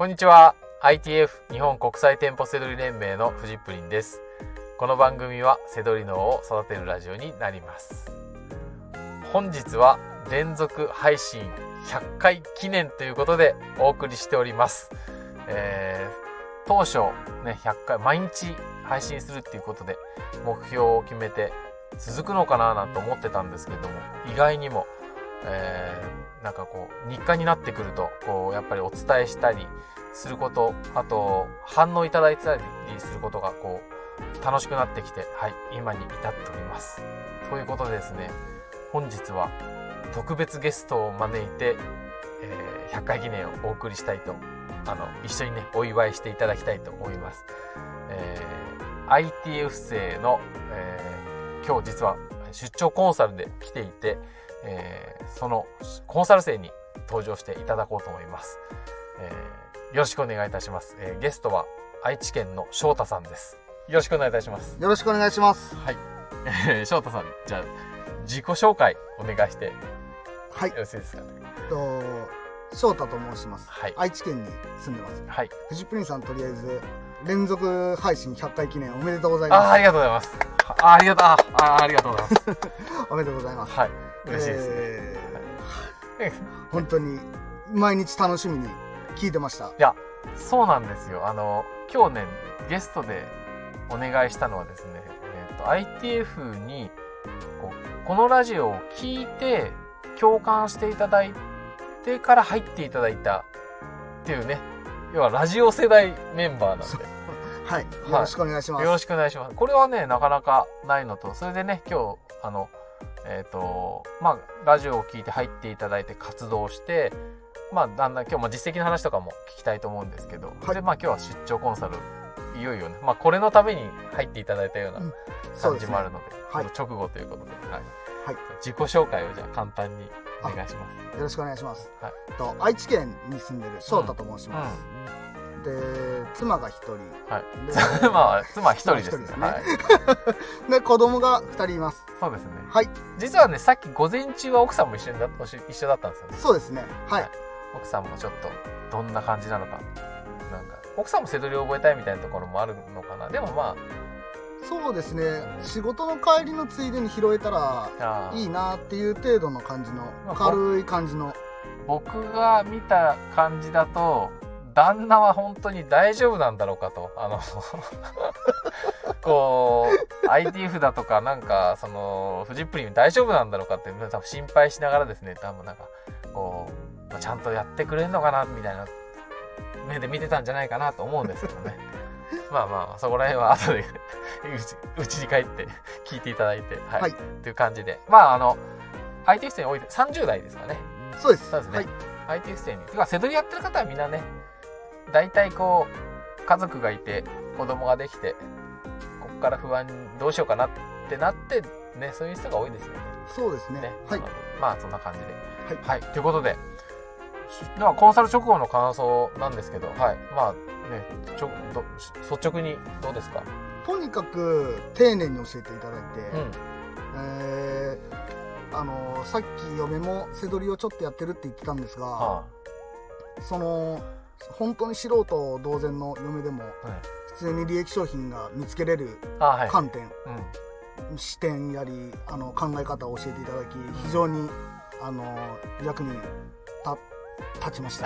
こんにちは。 ITF 日本国際店舗セドリ連盟のフジップリンです。この番組はセドリ脳を育てるラジオになります。本日は連続配信100回記念ということでお送りしております。当初ね、100回毎日配信するっていうことで目標を決めて続くのかななんて思ってたんですけども、意外にも、なんかこう日課になってくるとこうやっぱりお伝えしたりすること、あと反応いただいたりすることがこう楽しくなってきて、はい、今に至っております。ということでですね、本日は特別ゲストを招いて、100回記念をお送りしたいと、一緒にねお祝いしていただきたいと思います。ITF 生の、今日実は出張コンサルで来ていて、そのコンサル生に登場していただこうと思います。よろしくお願いいたします。ゲストは愛知県の翔太さんです。よろしくお願いいたします。 よろしくお願いします。 はい。翔太さん、じゃあ自己紹介お願いしてよろしいですかね。 翔太と申します。 はい。 愛知県に住んでます。 はい。 フジプリンさん、とりあえず連続配信100回記念おめでとうございます。 ありがとうございます。ありがとうございます。 おめでとうございます。 はい。嬉しいですね。 本当に毎日楽しみに聞いてました。 いや、そうなんですよ。今日ねゲストでお願いしたのはですね、ITF にこのラジオを聞いて共感していただいてから入っていただいたっていうね、要はラジオ世代メンバーなんで、 はい、よろしくお願いします。 よろしくお願いします。これはねなかなかないのと、それでね今日ラジオを聞いて入っていただいて活動して、だんだん今日も実績の話とかも聞きたいと思うんですけど、で今日は出張コンサルいよいよね、これのために入っていただいたような感じもあるので、直後ということで、自己紹介をじゃあ簡単にお願いします。 よろしくお願いします。愛知県に住んでる翔太と申します。で、妻が一人、 妻一人ですね。 で、子供が2人います。 そうですね。 はい。 実はね、さっき午前中は奥さんも一緒だったんですよね。 そうですね。はい。 奥さんもちょっとどんな感じなのか、なんか奥さんもセドリを覚えたいみたいなところもあるのかな。でもそうですね。仕事の帰りのついでに拾えたらいいなっていう程度の感じの、軽い感じの。僕が見た感じだと、旦那は本当に大丈夫なんだろうかと、こう ITF だとかなんかそのフジップリン大丈夫なんだろうかって多分心配しながらですね、多分なんかこうちゃんとやってくれるのかなみたいな目で見てたんじゃないかなと思うんですけどね。そこら辺は後でうちに帰って聞いていただいて、はい、という感じで、ITF 生において30代ですかね。 そうですね。ITF 生にてかセドリやってる方はみんなね、大体こう家族がいて子供ができて、ここから不安どうしようかなってなってね、そういう人が多いですよね。 そうですね。はい。 そんな感じで、はい。ということで、ではコンサル直後の感想なんですけど、はい。率直にどうですか？ とにかく丁寧に教えていただいて、さっき嫁もセドリをちょっとやってるって言ってたんですが、その本当に素人同然の嫁でも、普通に利益商品が見つけれる観点、視点やり考え方を教えていただき、非常に役に立ちました。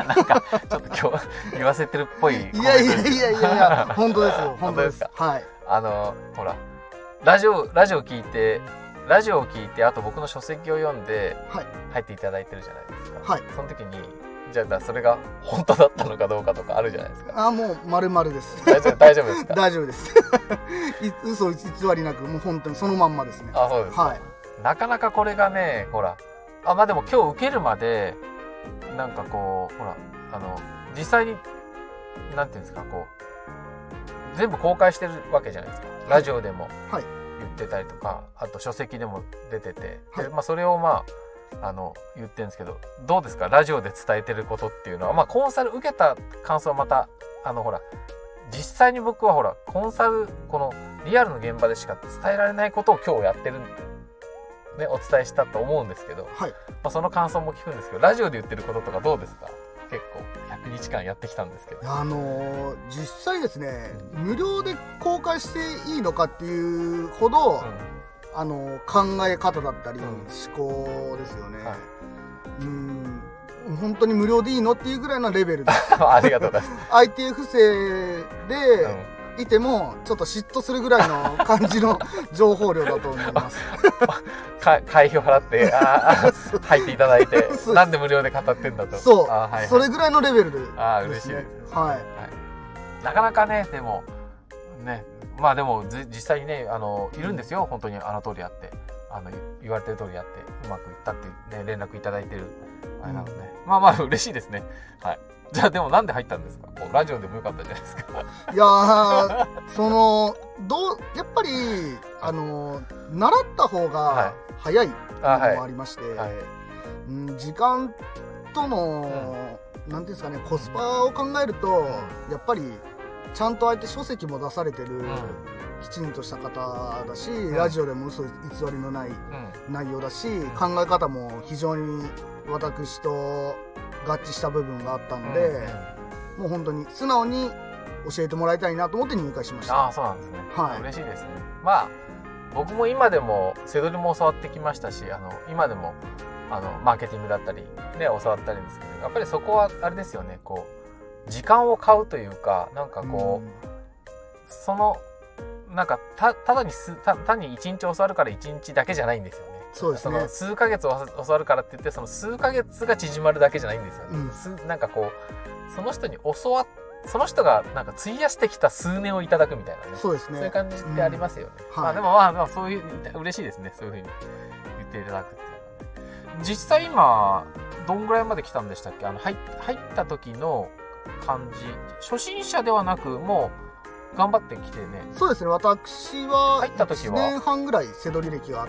なんかちょっと今日言わせてるっぽい。 いや本当ですよ。本当ですか。はい。 ほらラジオ聞いて、あと僕の書籍を読んで入っていただいてるじゃないですか。はい。その時にじゃあそれが本当だったのかどうかとかあるじゃないですか。 もう丸々です。 大丈夫ですか？ 大丈夫です。嘘偽りなく、もう本当にそのまんまですね。 そうですか。はい。なかなかこれがね、ほらでも今日受けるまでなんかこうほら実際になんていうんですか、こう全部公開してるわけじゃないですか。ラジオでも言ってたりとか、あと書籍でも出てて、でそれを言ってるんですけど、どうですか、ラジオで伝えてることっていうのは、コンサル受けた感想はまたほら実際に僕はほらコンサルこのリアルの現場でしか伝えられないことを今日やってるね、お伝えしたと思うんですけど、その感想も聞くんですけど、ラジオで言ってることとかどうですか？結構100 日間やってきたんですけど、 実際ですね、無料で公開していいのかっていうほど、考え方だったり、思考ですよね、本当に無料でいいのっていうぐらいのレベルですありがとうございます IT 不正でいてもちょっと嫉妬するぐらいの感じの情報量だと思います会費を払って入っていただいてなんで無料で語ってんだと、 そう、それぐらいのレベルでですね。 嬉しいです、 はい、 なかなかね、でもね、まあでも実際にね、いるんですよ、本当に通りやって言われてる通りやってうまくいったっていう、ね、連絡いただいてるあれなので、まあ嬉しいですね。はい。じゃあでもなんで入ったんですか？ラジオでもよかったじゃないですか。 いややっぱり習った方が早いのもありまして、時間との、なんていうんですかね、コスパを考えると、やっぱりちゃんとあえて書籍も出されてる、きちんとした方だし、ラジオでも嘘偽りのない内容だし、考え方も非常に私と合致した部分があったので、もう本当に素直に教えてもらいたいなと思って入会しました。 そうなんですね。嬉しいですね。まあ僕も今でも背取りも教わってきましたし、今でもマーケティングだったりね教わったりですけど、やっぱりそこはあれですよね、こう時間を買うというか、なんかこう、そのなんか単に1日教わるから1日だけじゃないんですよね。 そうですね。 その数ヶ月教わるからって言ってその数ヶ月が縮まるだけじゃないんですよね。なんかこうその人にその人がなんか費やしてきた数年をいただくみたいなね。 そうですね。そういう感じってありますよね。でもそういう嬉しいですね。そういうふうに言っていただくっていうのはね。実際今どんぐらいまで来たんでしたっけ？入った時の感じ、初心者ではなくもう頑張ってきてね。 そうですね。私は1年半ぐらい背取り歴があって、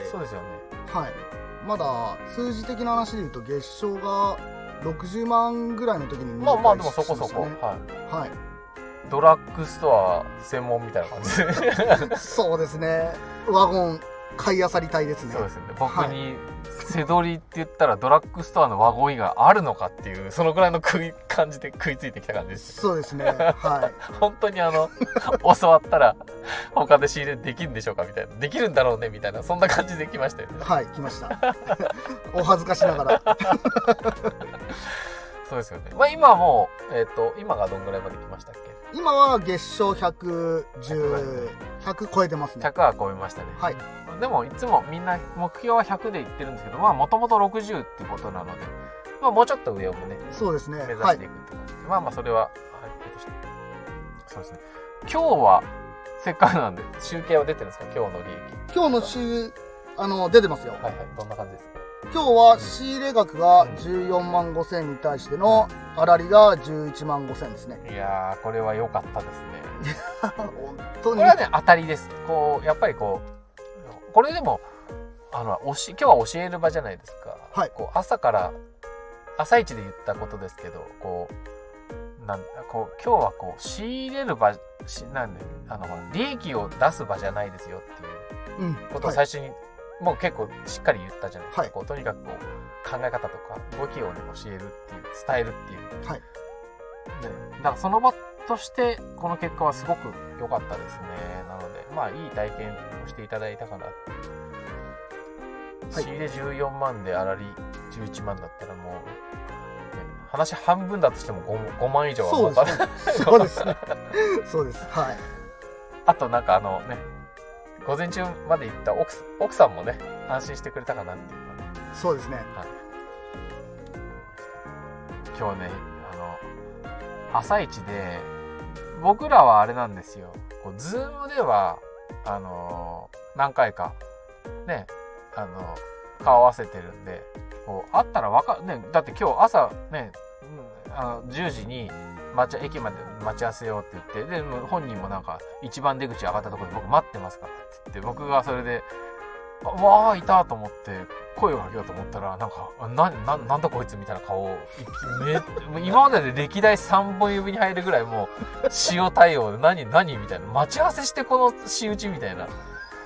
そうですよね。 はい。まだ数字的な話で言うと月賞が60万ぐらいの時にまあでもそこそこ、 はい。 ドラッグストア専門みたいな感じでそうですね。ワゴン買い漁りたいですね。 そうですね。僕に背取りって言ったらドラッグストアのワゴン以外あるのかっていうそのぐらいの感じで食いついてきた感じです。 そうですね。はい。 本当に教わったら他で仕入れできるんでしょうかみたいな、できるんだろうねみたいな、そんな感じで来ましたよね。 はい、来ました。お恥ずかしながら。 そうですよね。まあ今はもう今がどんぐらいまで来ましたっけ？ 今は月賞110、100超えてますね。 100は超えましたね。 はい。 でもいつもみんな目標は100で言ってるんですけど、まあもともと60ってことなので、まあもうちょっと上をね、 そうですね。 目指していくって感じで、まあそれはそうですね。今日はせっかくなんで集計は出てるんですか？今日の利益。 今日の出てますよ。 はいはい。どんな感じですか？ 今日は仕入れ額が14万5千に対しての粗利が11万5千ですね。 いやー、これは良かったですね。 本当に。 これはね、当たりです。こう、やっぱりこう、これでも、今日は教える場じゃないですか。 はい。 こう朝一で言ったことですけど、今日はこう、仕入れる場、なんで、利益を出す場じゃないですよっていうことを最初に、もう結構しっかり言ったじゃないですか。 はい、 こうとにかくこう考え方とか動きをね教えるっていう、伝えるっていう。 はい。 で、だからその場としてこの結果はすごく良かったですね。なのでまあいい体験をしていただいたかなっていう。はい、仕入れ14万で粗利11万だったらもう、ね、話半分だとしても 5万以上は儲かる。 そうですね。そうです。はい。 あとなんか午前中まで行った奥さんもね安心してくれたかなっていうかね。 そうですね。はい、 今日ね朝一で僕らはあれなんですよ。こうズームでは何回かね顔合わせてるんで、こう会ったらね、だって今日朝ね10時に駅まで待ち合わせようって言って、で本人もなんか一番出口上がったところで僕待ってますからって言って、僕がそれでわーいたと思って声をかけようと思ったら、なんかなんだこいつみたいな顔を今までで歴代3本指に入るぐらいもう塩対応で何みたいな、待ち合わせしてこの仕打ちみたいな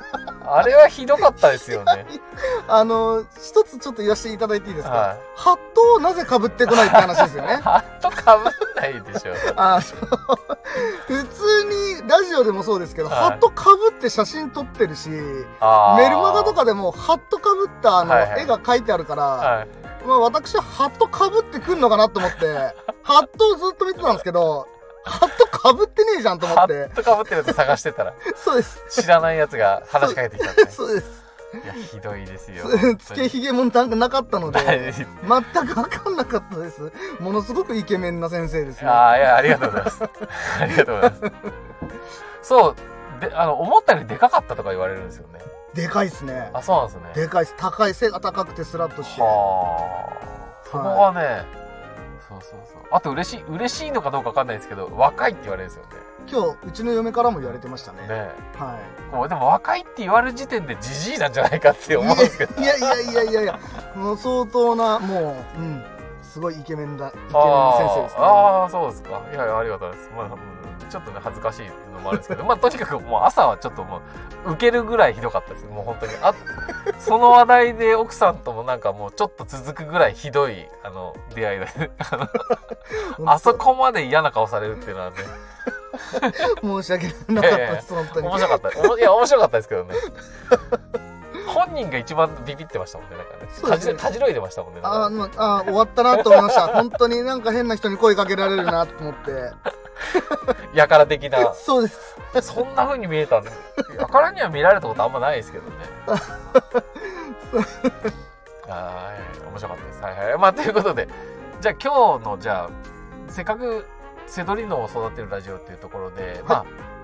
あれはひどかったですよね。 一つちょっと言わせていただいていいですか、 はい、 ハットをなぜ被ってこないって話ですよね。 ハット被んないでしょ。 普通にラジオでもそうですけど、ハット被って写真撮ってるし、メルマガとかでもハット被った絵が描いてあるから、まあ私はハット被ってくんのかなと思って、ハットをずっと見てたんですけど、ハットかぶってねえじゃんと思って。 ハットかぶってるやつ探してたらそうです。 知らないやつが話しかけてきたって。 そうです。 いや、ひどいですよ。 つけひげもなかったので全く分かんなかったです。ものすごくイケメンな先生ですね。 いや、ありがとうございますありがとうございます。そうで、思ったよりでかかったとか言われるんですよね。 でかいっすね。 あ、そうなんですね。 でかいっす。背が高くてスラッとして、 そこがね、そうあと嬉しいのかどうか分かんないですけど、若いって言われるんですよね。 今日うちの嫁からも言われてましたね。 はい。でも若いって言われる時点でジジイなんじゃないかって思うんですけど。 いやもう相当な、もうすごいイケメンな先生ですね。 そうですか。いやありがとうございます。まあちょっとね恥ずかしいのもあるんですけど、まあとにかくもう朝はちょっともう受けるぐらいひどかったです。もう本当にその話題で奥さんともなんかもうちょっと続くぐらいひどい出会いであそこまで嫌な顔されるっていうのはね申し訳なかったです。本当に面白かった。いや面白かったですけどね。本人が一番ビビってましたもんね。なんかね、たじろいでましたもんね。 終わったなと思いました。本当になんか変な人に声かけられるなと思って。 やから的な。 そうです。 そんな風に見えたんです。やからには見られたことあんまないですけどね。面白かったです。まあということで、じゃあ今日のせっかくセドリ脳を育てるラジオっていうところで、コ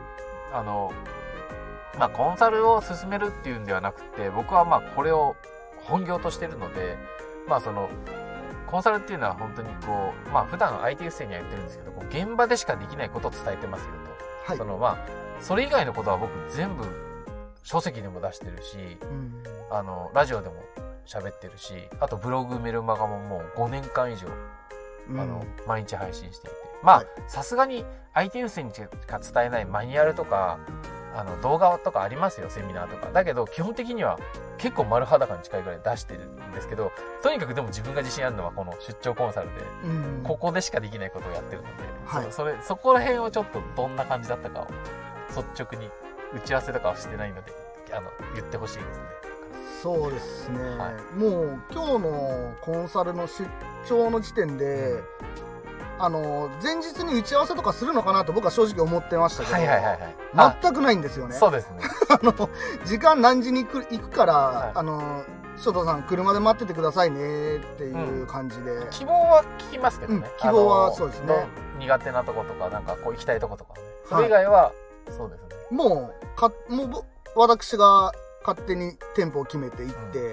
ンサルを進めるっていうんではなくて、僕はこれを本業としてるので、コンサルっていうのは本当に普段 IT 生には言ってるんですけど、現場でしかできないことを伝えてますよと。はい、それ以外のことは僕全部書籍でも出してるし、ラジオでも喋ってるし、あとブログメルマガももう5年間以上、毎日配信していて、さすがに IT 生にしか伝えないマニュアルとか動画とかありますよ、セミナーとか。だけど基本的には結構丸裸に近いぐらい出してるんですけど、とにかくでも自分が自信あるのはこの出張コンサルで、ここでしかできないことをやってるので、そこら辺をちょっとどんな感じだったかを率直に、打ち合わせとかはしてないので言ってほしいですね。 そうですね、もう今日のコンサルの出張の時点で、前日に打ち合わせとかするのかなと僕は正直思ってましたけど、全くないんですよね。 そうですね。 時間何時に行くから、翔太さん車で待っててくださいねっていう感じで、 希望は聞きますけどね。 希望はそうですね。 苦手なとことかなんか行きたいとことかね。それ以外はそうですね。 もう私が勝手に店舗を決めていって、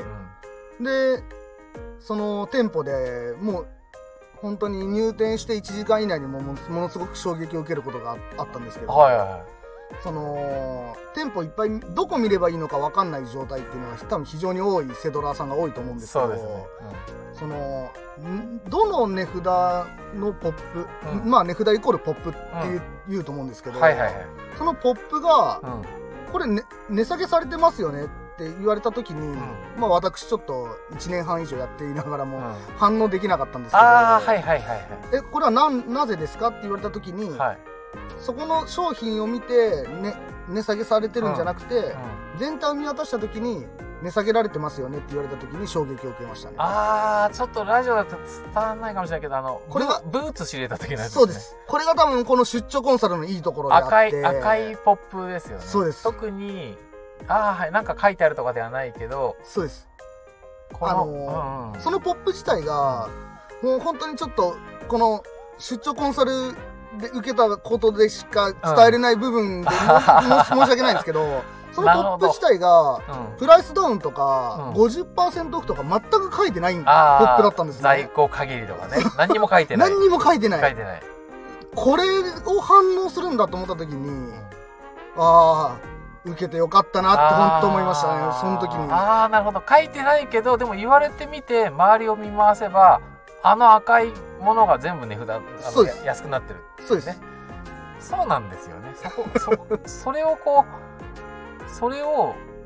でその店舗でもう本当に入店して1時間以内にものすごく衝撃を受けることがあったんですけど、その店舗いっぱいどこ見ればいいのか分かんない状態っていうのは多分非常に多いセドラーさんが多いと思うんですけど、そのどの値札のポップ、値札イコールポップって言うと思うんですけど、そのポップが、これ、値下げされてますよねって言われた時に、私ちょっと1年半以上やっていながらも反応できなかったんですけど、これはなぜですかって言われた時に、そこの商品を見て、値下げされてるんじゃなくて、全体を見渡した時に値下げられてますよねって言われた時に衝撃を受けましたね。 ちょっとラジオだと伝わらないかもしれないけど、これがブーツ知れた時のやつですね。 そうです。これが多分この出張コンサルのいいところであって、赤いポップですよね。 そうです。 特になんか書いてあるとかではないけど、 そうです。そのポップ自体がもう本当にちょっとこの出張コンサルで受けたことでしか伝えれない部分で申し訳ないんですけど、そのポップ自体がプライスダウンとか 50% オフとか全く書いてないポップだったんですね。 在庫限りとかね。何にも書いてない。 何にも書いてない。これを反応するんだと思った時に、受けてよかったなって本当思いましたね、その時に。 なるほど。書いてないけど、でも言われてみて周りを見回せば、赤いものが全部値札安くなってる、 そうですね。 そうなんですよね。それを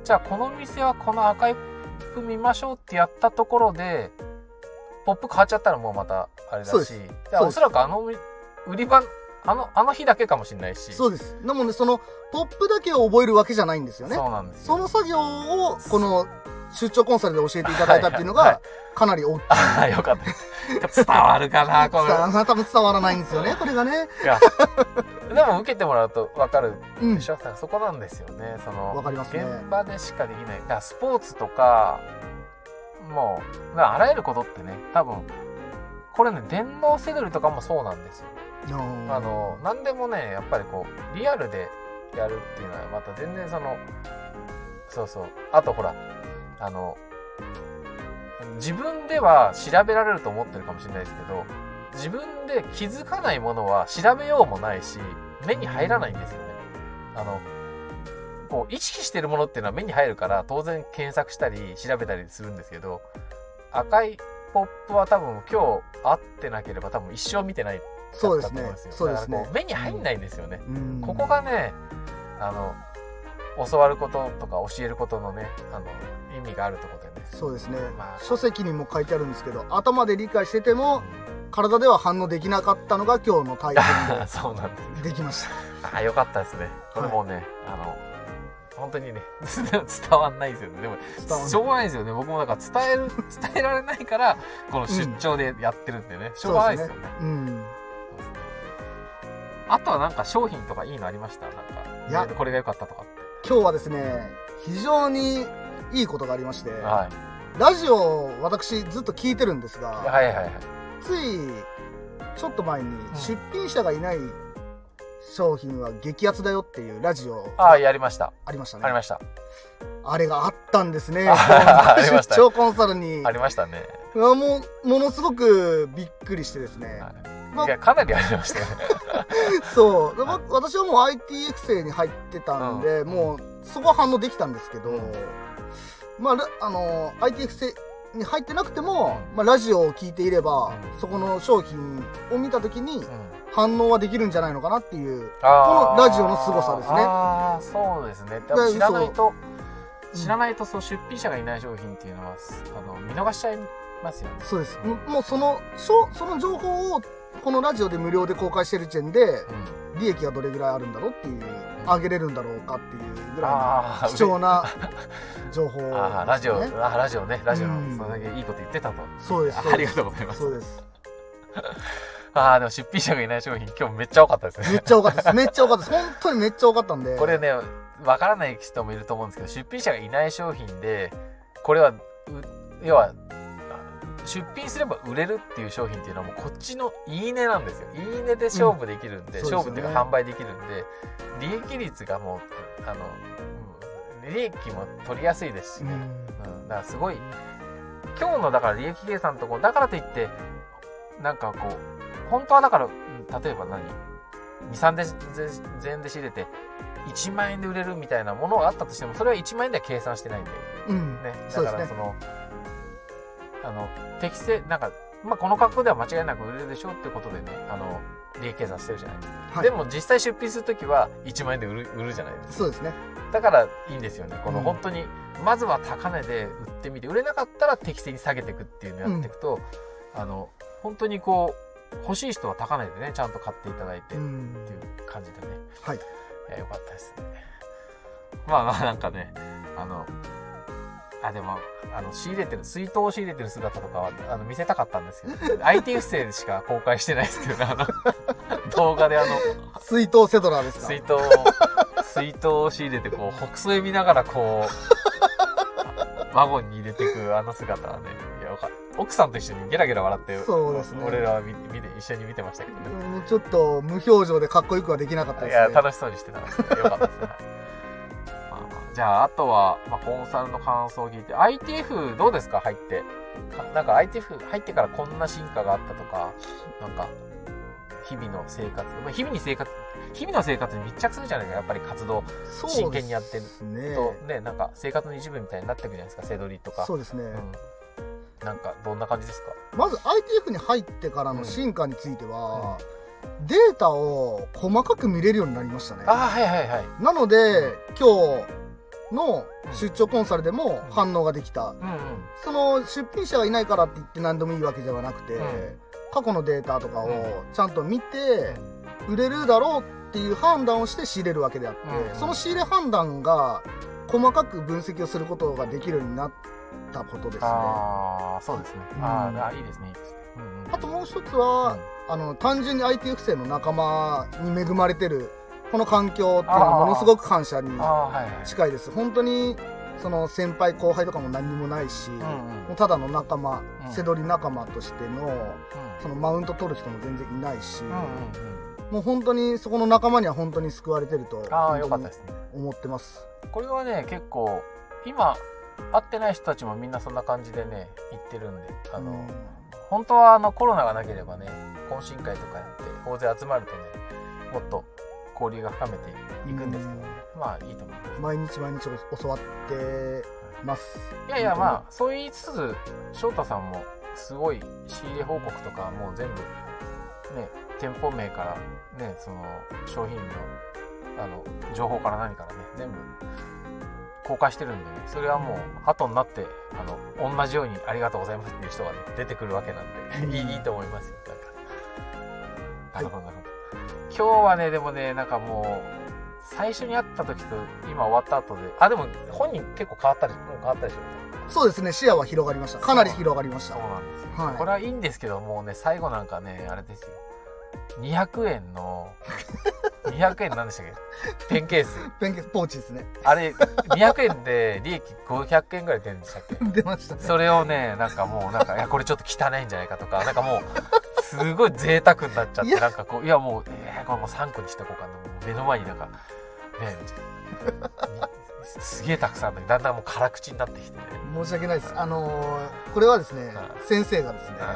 じゃあこの店はこの赤いポップ見ましょうってやったところでポップ変わっちゃったらもうまたあれだし、じゃあおそらく売り場あの日だけかもしれないし。 そうです。なのでそのポップだけを覚えるわけじゃないんですよね。 そうなんですよ。 その作業をこの出張コンサルで教えていただいたっていうのがかなり大きい。 ああ、よかったです。伝わるかな、この。 多分伝わらないんですよね、これがね。 いや、でも受けてもらうと分かるでしょ、そこなんですよね。 分かりますね。 現場でしかできない。だからスポーツとか、もう、あらゆることってね、多分、これね、電脳セドリとかもそうなんですよ。何でもね、やっぱりこう、リアルでやるっていうのは、また全然そうそう。あとほら、自分では調べられると思ってるかもしれないですけど、自分で気づかないものは調べようもないし、目に入らないんですよね。こう意識してるものっていうのは目に入るから当然検索したり調べたりするんですけど、赤いポップは多分今日会ってなければ多分一生見てないだったと思うんですよ。 そうですね。 だからこう目に入んないんですよね。ここがね、教わることとか教えることのね、意味があるところでね。 そうですね。書籍にも書いてあるんですけど、頭で理解してても体では反応できなかったのが今日の体験でそうなんです、 できました。 よかったですね。これもね、本当にね伝わんないですよね。でもしょうがないですよね。僕もだから伝えられないからこの出張でやってるんでね、しょうがないですよね。あとはなんか商品とかいいのありました？なんかこれが良かったとかって。 今日はですね、非常にいいことがありまして、ラジオを私ずっと聞いてるんですが、ついちょっと前に出品者がいない商品は激アツだよっていうラジオやりました。 ありましたね。 ありました。 あれがあったんですね。出張コンサルにありましたね。 ものすごくびっくりしてですね。 いや、かなりありましたよね。 そう。私はもう IT 育成に入ってたんで、もうそこは反応できたんですけど、IT 育成に入ってなくても、ラジオを聞いていれば、そこの商品を見たときに反応はできるんじゃないのかなっていう、このラジオの凄さですね。 そうですね。知らないとそう出品者がいない商品っていうのは見逃しちゃいますよね。 そうです。もうその情報をこのラジオで無料で公開してる時点で、利益がどれぐらいあるんだろうっていう、上げれるんだろうかっていうぐらいの貴重な情報ですね。 ラジオのそれだけいいこと言ってたと。 そうです。 ありがとうございます。 そうです。 でも出品者がいない商品今日めっちゃ多かったですね。 めっちゃ多かったです。めっちゃ多かったです。本当にめっちゃ多かったんで。 これね、わからない人もいると思うんですけど、出品者がいない商品で、これは要は出品すれば売れるっていう商品っていうのはもうこっちのいいねなんですよ。いいねで勝負できるんで、勝負っていうか販売できるんで、利益率がもう利益も取りやすいですしね。だからすごい今日のだから利益計算とこだからといってなんかこう本当はだから例えば2,3,000円で仕入れて1万円で売れるみたいなものがあったとしても、それは1万円では計算してないんで、だから適正なんかこの価格では間違いなく売れるでしょうってことでね、利益計算してるじゃないですか。でも実際出品するときは1万円で売るじゃないですか。 そうですね。 だからいいんですよね。この本当にまずは高値で売ってみて、売れなかったら適正に下げていくっていうのをやっていくと、本当にこう欲しい人は高値でねちゃんと買っていただいてっていう感じでね。よかったですね。なんかねでも水筒を仕入れてる姿とかは見せたかったんですけど、IT 不正でしか公開してないですけど動画で水筒セドラーですか？ 水筒を仕入れてこう北斎見ながらこうワゴンに入れていく姿はね、よかった。奥さんと一緒にゲラゲラ笑って、 そうですね、 俺らは一緒に見てましたけどね。 ちょっと無表情でかっこよくはできなかったですね。 いや楽しそうにしてたのでよかったですね。じゃああとは、コンサルの感想を聞いて、 ITF どうですか？入ってなんか ITF 入ってからこんな進化があったとか、なんか日々の生活、日々の生活に密着するじゃないですか。やっぱり活動真剣にやってるとね、なんか生活の一部みたいになってくるじゃないですか。セドリとか。 そうですね、 なんかどんな感じですか？ まず ITF に入ってからの進化については、データを細かく見れるようになりましたね。 はいはいはい。 なので今日の出張コンサルでも反応ができた、その出品者がいないからって言って何でもいいわけではなくて、過去のデータとかをちゃんと見て売れるだろうっていう判断をして仕入れるわけであって、その仕入れ判断が細かく分析をすることができるようになったことですね。 そうですね。いいですね、いいですね。 あともう一つは、単純に ITF 生の仲間に恵まれてるこの環境っていうのはものすごく感謝に近いです。本当にその先輩後輩とかも何にもないし、もうただの仲間、背取り仲間としての、そのマウント取る人も全然いないし、もう本当にそこの仲間には本当に救われてると思ってます。 これはね、結構今会ってない人たちもみんなそんな感じでね言ってるんで、本当はコロナがなければね、懇親会とかやって大勢集まるとね、もっと交流が深めていくんですけど、まあいいと思います。 毎日教わってます。 いやいや、まあそう言いつつ翔太さんもすごい仕入れ報告とかもう全部ね、店舗名からね、その商品の情報から何からね、全部公開してるんでね、それはもう後になって同じようにありがとうございますっていう人が、ね、出てくるわけなんで、いいと思いますよ。なるほど。今日はね、でもね、なんかもう最初に会った時と今終わった後で、でも本人結構変わったりします。 そうですね、視野は広がりました。かなり広がりました。 そうなんですよ、これはいいんですけど、もうね、最後なんかね、あれですよ、200円の200円なんでしたっけ、ペンケースポーチですね。 あれ200円で利益500円ぐらい出るんでしたっけ出ましたね。 それをね、なんかもうなんかいやこれちょっと汚いんじゃないかとか、なんかもうすごい贅沢になっちゃって、なんかこう、いやもう、これもう3個にしておこうかな、目の前になんかねすげえたくさんあるのに、だんだんもう辛口になってきてね、 申し訳ないです。これはですね、先生がですね、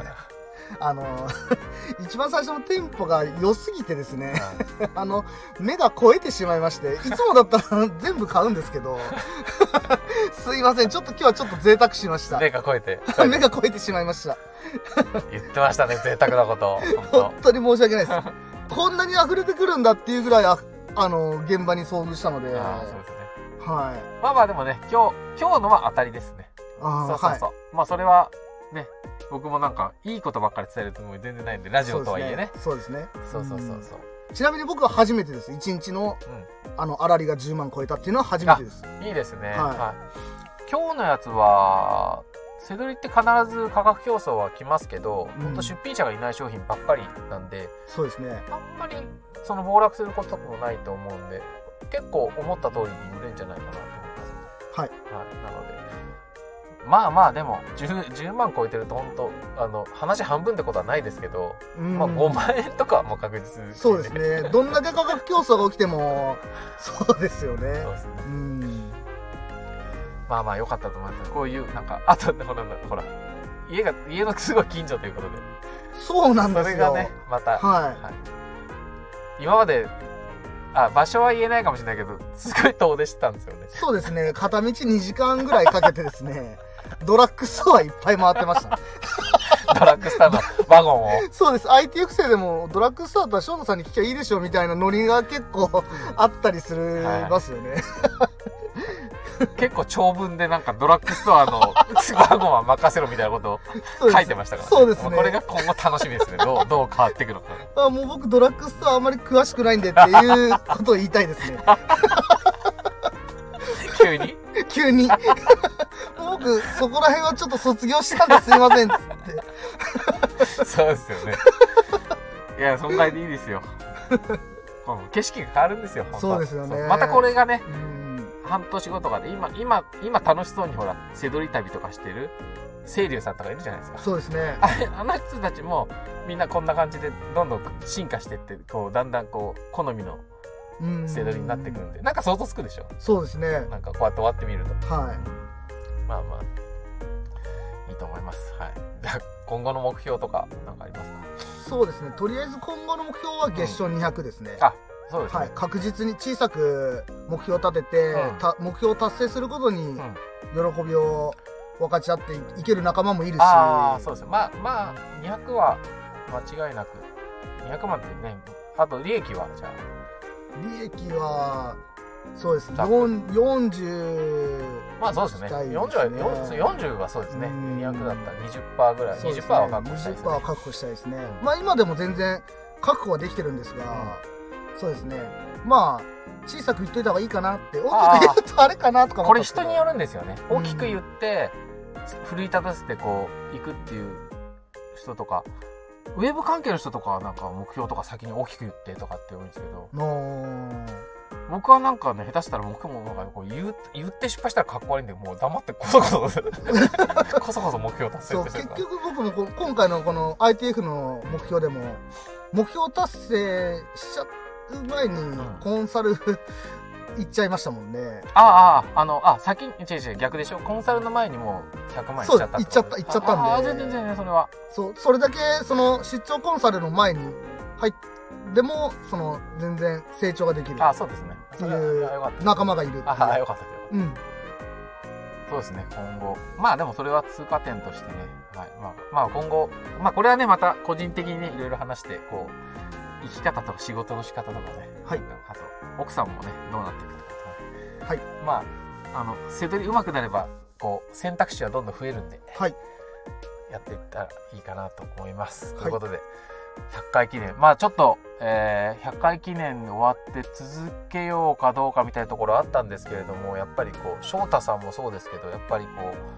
一番最初のテンポが良すぎてですね、目が超えてしまいまして、いつもだったら全部買うんですけどすいません、ちょっと今日はちょっと贅沢しました。 目が超えてしまいました言ってましたね、贅沢なこと。 本当に申し訳ないですこんなに溢れてくるんだっていうぐらい現場に遭遇したので。そうですね。はい。 まあでもね、今日のは当たりですね。そう、まあそれはね、僕もなんかいいことばっかり伝えるつもり全然ないんで、ラジオとはいえね。 そうですね。 そう。 ちなみに僕は初めてです。1日の粗利が10万超えたっていうのは初めてです。 いいですね。今日のやつはセドリって必ず価格競争は来ますけど、本当出品者がいない商品ばっかりなんで、 そうですね。 あんまりその暴落することもないと思うんで、結構思った通りに売れるんじゃないかなと思います。はい。なので。まあでも 10万超えてると本当話半分ってことはないですけど、まあ5万円とかはもう確実に、 そうですね。どんだけ価格競争が起きてもそうですよね。そうですね。 まあ良かったと思います。こういうなんかあとほら家のすごい近所ということで、 そうなんですよ。 それがねまた、今まで場所は言えないかもしれないけど、すごい遠出してたんですよね。 そうですね。片道2時間ぐらいかけてですねドラッグストアいっぱい回ってましたドラッグストアのワゴンをそうです。 ITF 生でもドラッグストアだったら翔太さんに聞きゃいいでしょみたいなノリが結構あったりするますよね、 結構長文でなんかドラッグストアのワゴンは任せろみたいなことを書いてましたから、 そうですね。 これが今後楽しみですね。どう変わっていくのか。 もう僕ドラッグストアあんまり詳しくないんでっていうことを言いたいですね急に僕そこら辺はちょっと卒業したんですいませんっつってそうですよね。いや、そんぐらいでいいですよ景色が変わるんですよ。 そうですよね。 またこれがね、半年後とかで今楽しそうにほら背取り旅とかしてる清流さんとかいるじゃないですか。 そうですね。 あの人たちもみんなこんな感じでどんどん進化していって、こうだんだんこう好みの背取りになってくるんで、なんか想像つくでしょ。 そうですね。 なんかこうやって終わってみると、 はい、 まあいいと思います。はい。じゃあ今後の目標とかなんかありますか？ そうですね。とりあえず今後の目標は月賞200ですね。 そうですね。 確実に小さく目標を立てて、目標を達成することに喜びを分かち合っていける仲間もいるし、 そうですね。まあ200は間違いなく200万ってね。あと利益はじゃあ利益はそうですね。40、 まあそうですね。40はそうですね。200だったら20%ぐらい、20% は確保したいですね。 20% は確保したいですね。まあ今でも全然確保はできてるんですが、そうですね。まあ小さく言っといた方がいいかなって、大きく言うとあれかなとか思ったんですけど。 これ人によるんですよね。大きく言って奮い立たせてこう行くっていう人とか、ウェブ関係の人とかはなんか目標とか先に大きく言ってとかって多いんですけど、僕はなんかね、下手したら僕もなんかこう言って失敗したらかっこ悪いんで、もう黙ってこそこそ目標達成って結局僕も今回のこの ITF の目標でも目標達成しちゃう前にコンサル行っちゃいましたもんね。 先に違う逆でしょ。コンサルの前にもう100万いっちゃったってこと。 そう行っちゃったんで。 全然それはそれだけその出張コンサルの前に入っても全然成長ができる。 そうですね。 っていう仲間がいるっていう。 よかったよ。そうですね。今後まあでもそれは通過点としてね。はい。まあ今後これはねまた個人的にねいろいろ話してこう生き方とか仕事の仕方とかね。 はい。 あと奥さんもねどうなっていくとか。 はい。 まあ背取り上手くなればこう選択肢はどんどん増えるんで。 はい。 やっていったらいいかなと思います。ということで。100回記念ちょっと、100回記念終わって続けようかどうかみたいなところあったんですけれども、やっぱりこう翔太さんもそうですけど、やっぱりこ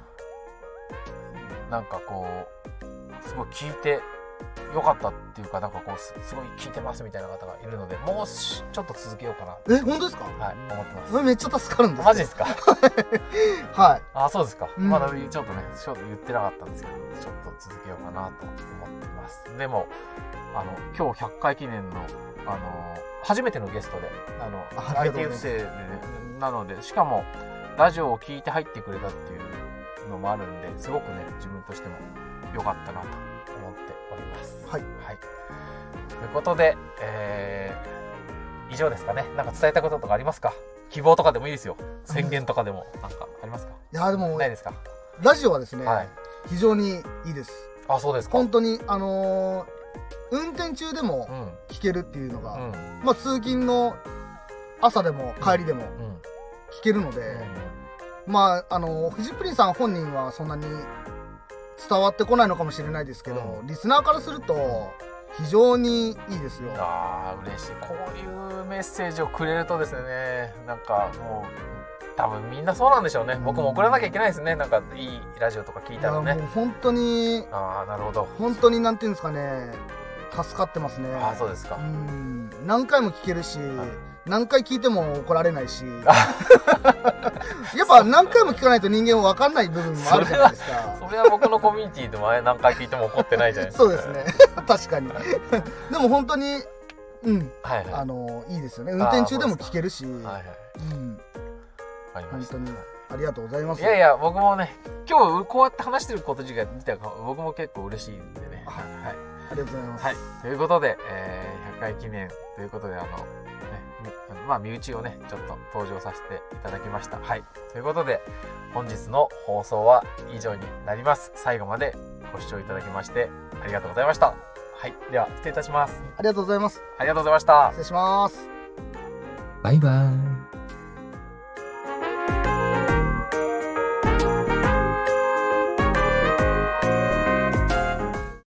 うなんかこうすごい聞いてよかったっていうか、なんかこうすごい聞いてますみたいな方がいるので、もうちょっと続けようかな。 本当ですか？ はい、思ってます。 めっちゃ助かるんです。 マジですか？ はい。 そうですか。まだちょっとね言ってなかったんですけど、ちょっと続けようかなと思ってます。でも今日100回記念の初めてのゲストでITF 生で、なのでしかもラジオを聞いて入ってくれたっていうのもあるんで、すごくね自分としても良かったなと思っております。 はい、 はい、ということで、以上ですかね。なんか伝えたこととかありますか？希望とかでもいいですよ。宣言とかでもなんかありますか？ いやでもないですか？ ラジオはですね、非常にいいです。 そうですか。 本当に運転中でも聞けるっていうのが、通勤の朝でも帰りでも聞けるので、フジプリンさん本人はそんなに伝わってこないのかもしれないですけど、リスナーからすると非常にいいですよ。 嬉しい。こういうメッセージをくれるとですね、なんかもう多分みんなそうなんでしょうね。僕も送らなきゃいけないですね。なんかいいラジオとか聞いたらね。 もう本当になるほど。 本当になんていうんですかね、助かってますね。 そうですか。 何回も聞けるし、何回聞いても怒られないしやっぱ何回も聞かないと人間は分かんない部分もあるじゃないですか。 それは僕のコミュニティでも何回聞いても怒ってないじゃないですか。 そうですね確かにでも本当にいいですよね。運転中でも聞けるし、本当にありがとうございます。 いや僕もね今日こうやって話してること自体僕も結構嬉しいんでね。 ありがとうございます。 ということで、100回記念ということで身内をねちょっと登場させていただきました。ということで本日の放送は以上になります。最後までご視聴いただきましてありがとうございました。では失礼いたします。 ありがとうございます。 ありがとうございました。 失礼します。 バイバイ。